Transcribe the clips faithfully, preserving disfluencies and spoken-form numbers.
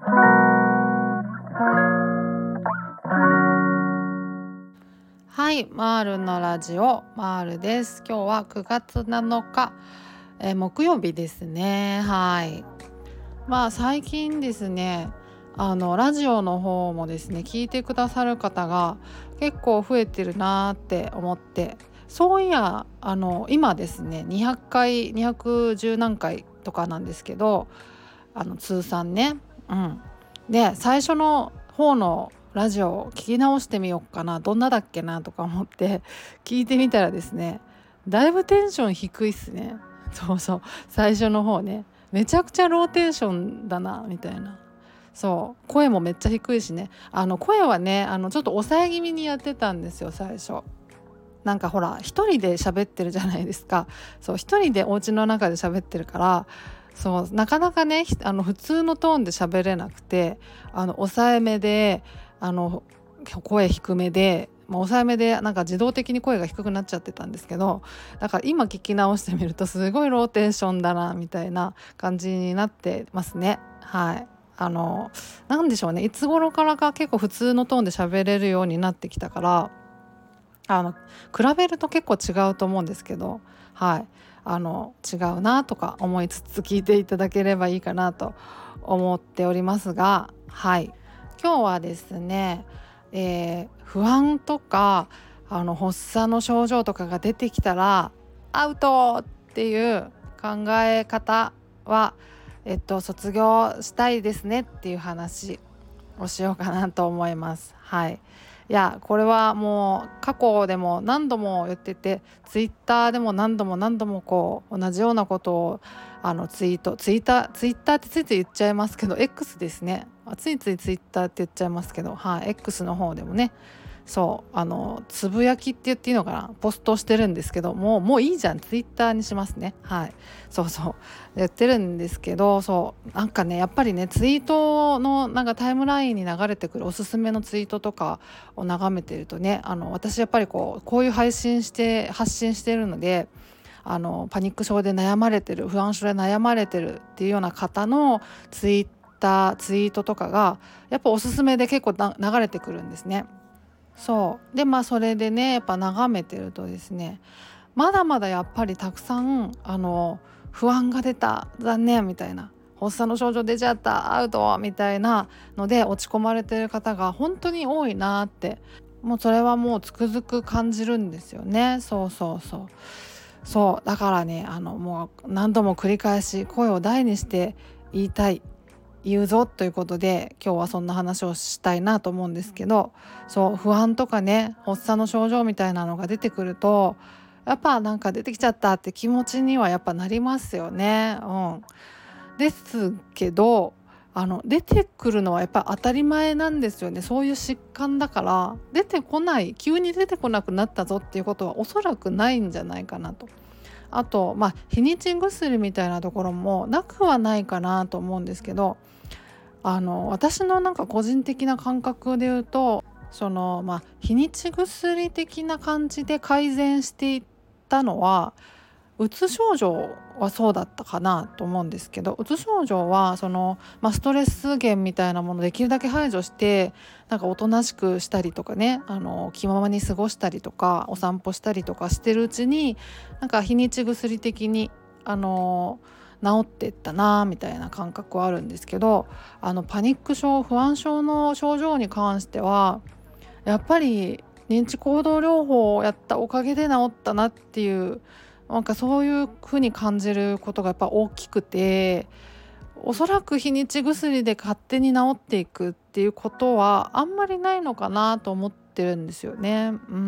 はい、マールのラジオマールです。今日はくがつなのか、えー木曜日ですね。はい。まあ最近ですね、あのラジオの方もですね、聞いてくださる方が結構増えてるなって思って、そういやあの今ですね、にひゃっかいにひゃくじゅう何回とかなんですけど、あの通算ね、うん。で最初の方のラジオを聞き直してみようかな、どんなだっけなとか思って聞いてみたらですね、だいぶテンション低いっすね。そうそう、最初の方ね、めちゃくちゃローテンションだなみたいな。そう声もめっちゃ低いしね、あの声はね、あのちょっと抑え気味にやってたんですよ最初。なんかほら一人で喋ってるじゃないですか。そう一人でお家の中で喋ってるから、そうなかなかね、あの普通のトーンで喋れなくて、あの抑えめで、あの声低めで、まあ、抑えめでなんか自動的に声が低くなっちゃってたんですけど、だから今聞き直してみるとすごいローテンションだなみたいな感じになってますね。はい。あのなんでしょうね、いつ頃からか結構普通のトーンで喋れるようになってきたから、あの比べると結構違うと思うんですけど、はい、あの違うなとか思いつつ聞いていただければいいかなと思っておりますが、はい、今日はですね、えー不安とかあの発作の症状とかが出てきたらアウトっていう考え方は、えっと、卒業したいですねっていう話をしようかなと思います。はい。いやこれはもう過去でも何度も言ってて、ツイッターでも何度も何度もこう同じようなことをあのツイートツイッターツイッターってついつい言っちゃいますけど、 X ですね、ついついツイッターって言っちゃいますけど、はい、X の方でもね、そうあのつぶやきって言っていいのかな、ポストしてるんですけど、もうもういいじゃんツイッターにしますね。はい、そうそうやってるんですけど、そうなんかね、やっぱりね、ツイートのなんかタイムラインに流れてくるおすすめのツイートとかを眺めてるとね、あの私やっぱりこうこういう配信して発信してるので、あのパニック症で悩まれてる、不安症で悩まれてるっていうような方のツイッターツイートとかがやっぱおすすめで結構な流れてくるんですね。そうでまあそれでね、やっぱ眺めてるとですね、まだまだやっぱりたくさんあの不安が出た、残念みたいな、発作の症状出ちゃった、アウトみたいなので落ち込まれてる方が本当に多いなって、もうそれはもうつくづく感じるんですよね。そうそうそうそうだからね、あのもう何度も繰り返し声を大にして言いたい、言うぞということで今日はそんな話をしたいなと思うんですけど、そう不安とかね、発作の症状みたいなのが出てくると、やっぱなんか出てきちゃったって気持ちにはやっぱなりますよね。うん、ですけど、あの出てくるのはやっぱ当たり前なんですよね。そういう疾患だから、出てこない、急に出てこなくなったぞっていうことはおそらくないんじゃないかなと。あとまあ日にち薬みたいなところもなくはないかなと思うんですけど、あの私のなんか個人的な感覚で言うと、そのまあ日にち薬的な感じで改善していったのは、うつ症状はそうだったかなと思うんですけど、うつ症状はその、まあ、ストレス源みたいなものをできるだけ排除して、なんかおとなしくしたりとかね、あの気ままに過ごしたりとかお散歩したりとかしてるうちに、なんか日にち薬的にあの治っていったなみたいな感覚はあるんですけど、あのパニック症不安症の症状に関してはやっぱり認知行動療法をやったおかげで治ったなっていう、なんかそういう風に感じることがやっぱ大きくて、おそらく日にち薬で勝手に治っていくっていうことはあんまりないのかなと思ってるんですよね。うんうん。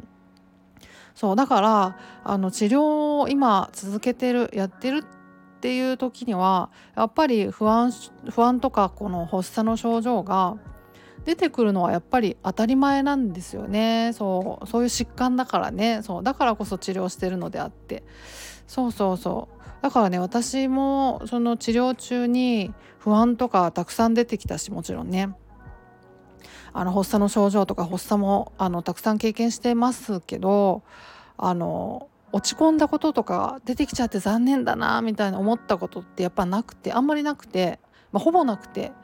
そうだからあの治療を今続けてるやってるっていう時にはやっぱり不安不安とかこの発作の症状が出てくるのはやっぱり当たり前なんですよね。そうそういう疾患だからね、そうだからこそ治療してるのであって、そうそうそうだからね、私もその治療中に不安とかたくさん出てきたし、もちろんね、あの発作の症状とか発作もあのたくさん経験してますけど、あの落ち込んだこととか出てきちゃって残念だなみたいな思ったことってやっぱなくて、あんまりなくて、まあ、ほぼなくて、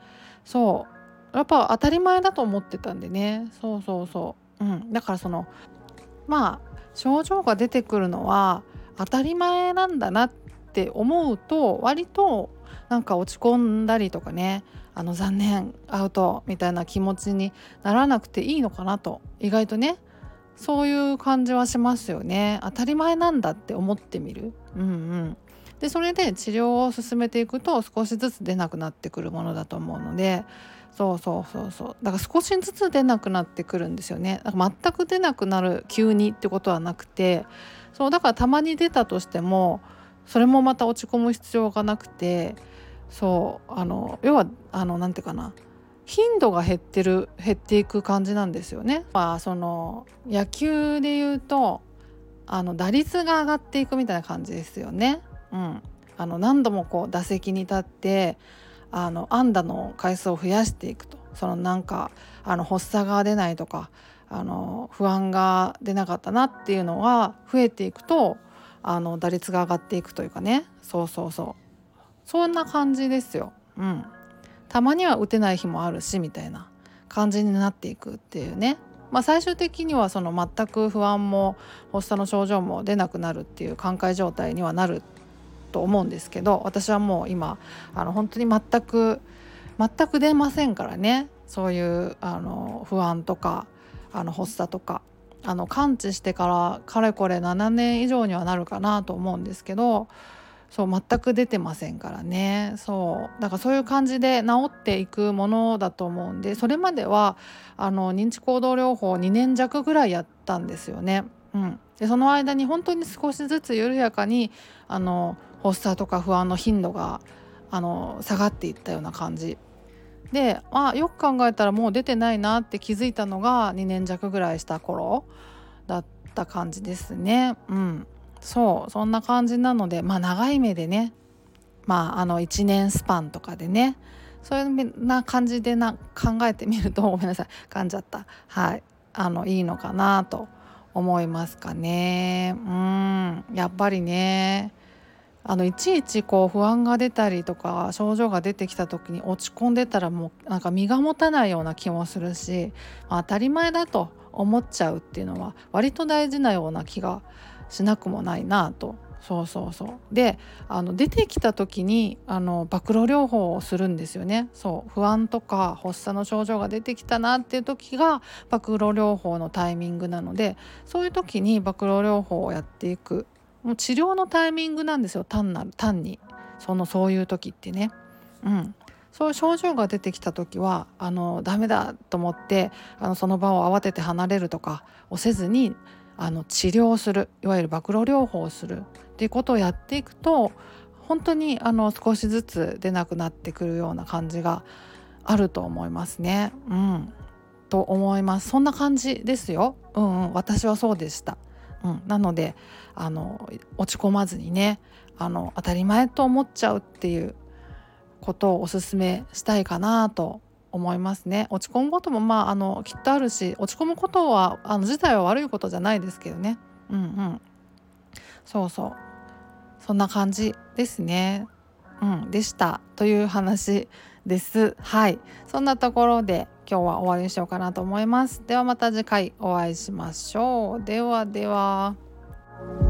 そうやっぱ当たり前だと思ってたんでね。そうそうそう、うん、だからそのまあ症状が出てくるのは当たり前なんだなって思うと、割となんか落ち込んだりとかね、あの残念アウトみたいな気持ちにならなくていいのかなと、意外とねそういう感じはしますよね。当たり前なんだって思ってみる。うんうん。でそれで治療を進めていくと少しずつ出なくなってくるものだと思うので、そうそうそうそう、だから少しずつ出なくなってくるんですよね。だから全く出なくなる急にってことはなくて、そうだからたまに出たとしてもそれもまた落ち込む必要がなくて、そうあの要はあのなんていうかな、頻度が減ってる減っていく感じなんですよね。まあその野球で言うとあの打率が上がっていくみたいな感じですよね。うん、あの何度もこう打席に立ってあの安打の回数を増やしていくと、そのなんかあの発作が出ないとかあの不安が出なかったなっていうのが増えていくと、あの打率が上がっていくというかね、そうそうそう、そんな感じですよ。うん、たまには打てない日もあるしみたいな感じになっていくっていうね。まあ、最終的にはその全く不安も発作の症状も出なくなるっていう寛解状態にはなると思うんですけど、私はもう今あの本当に全く全く出ませんからね。そういうあの不安とかあの発作とかあの完治してからかれこれななねん以上にはなるかなと思うんですけど、そう全く出てませんからね。そうだからそういう感じで治っていくものだと思うんで、それまではあの認知行動療法にねん弱ぐらいやったんですよね。うん、でその間に本当に少しずつ緩やかにあの発作とか不安の頻度があの下がっていったような感じで、あよく考えたらもう出てないなって気づいたのがにねん弱ぐらいした頃だった感じですね。うん、そうそんな感じなので、まあ長い目でね、まああのいちねんスパンとかでね、そういうな感じでな考えてみるとごめんなさい噛んじゃった、はいあのいいのかなと思いますかね。うんやっぱりね、あのいちいちこう不安が出たりとか症状が出てきた時に落ち込んでたらもうなんか身が持たないような気もするし、まあ当たり前だと思っちゃうっていうのは割と大事なような気がしなくもないなと。そうそうそう。であの出てきた時にあの暴露療法をするんですよね。そう不安とか発作の症状が出てきたなっていう時が暴露療法のタイミングなので、そういう時に暴露療法をやっていく、もう治療のタイミングなんですよ。単なる単にそのそういう時ってね、うん、そういう症状が出てきた時はあのダメだと思ってあのその場を慌てて離れるとかをせずに、あの治療をする、いわゆる暴露療法をするっていうことをやっていくと、本当にあの少しずつ出なくなってくるような感じがあると思いますね。うん、と思います。そんな感じですよ。うんうん、私はそうでした。うん、なのであの落ち込まずにね、あの当たり前と思っちゃうっていうことをお勧めしたいかなと思いますね。落ち込むこともまああのきっとあるし、落ち込むことはあの自体は悪いことじゃないですけどね。うんうん、そうそう、そんな感じですね。うん、でしたという話です。はい、そんなところで今日は終わりにしようかなと思います。ではまた次回お会いしましょう。ではでは。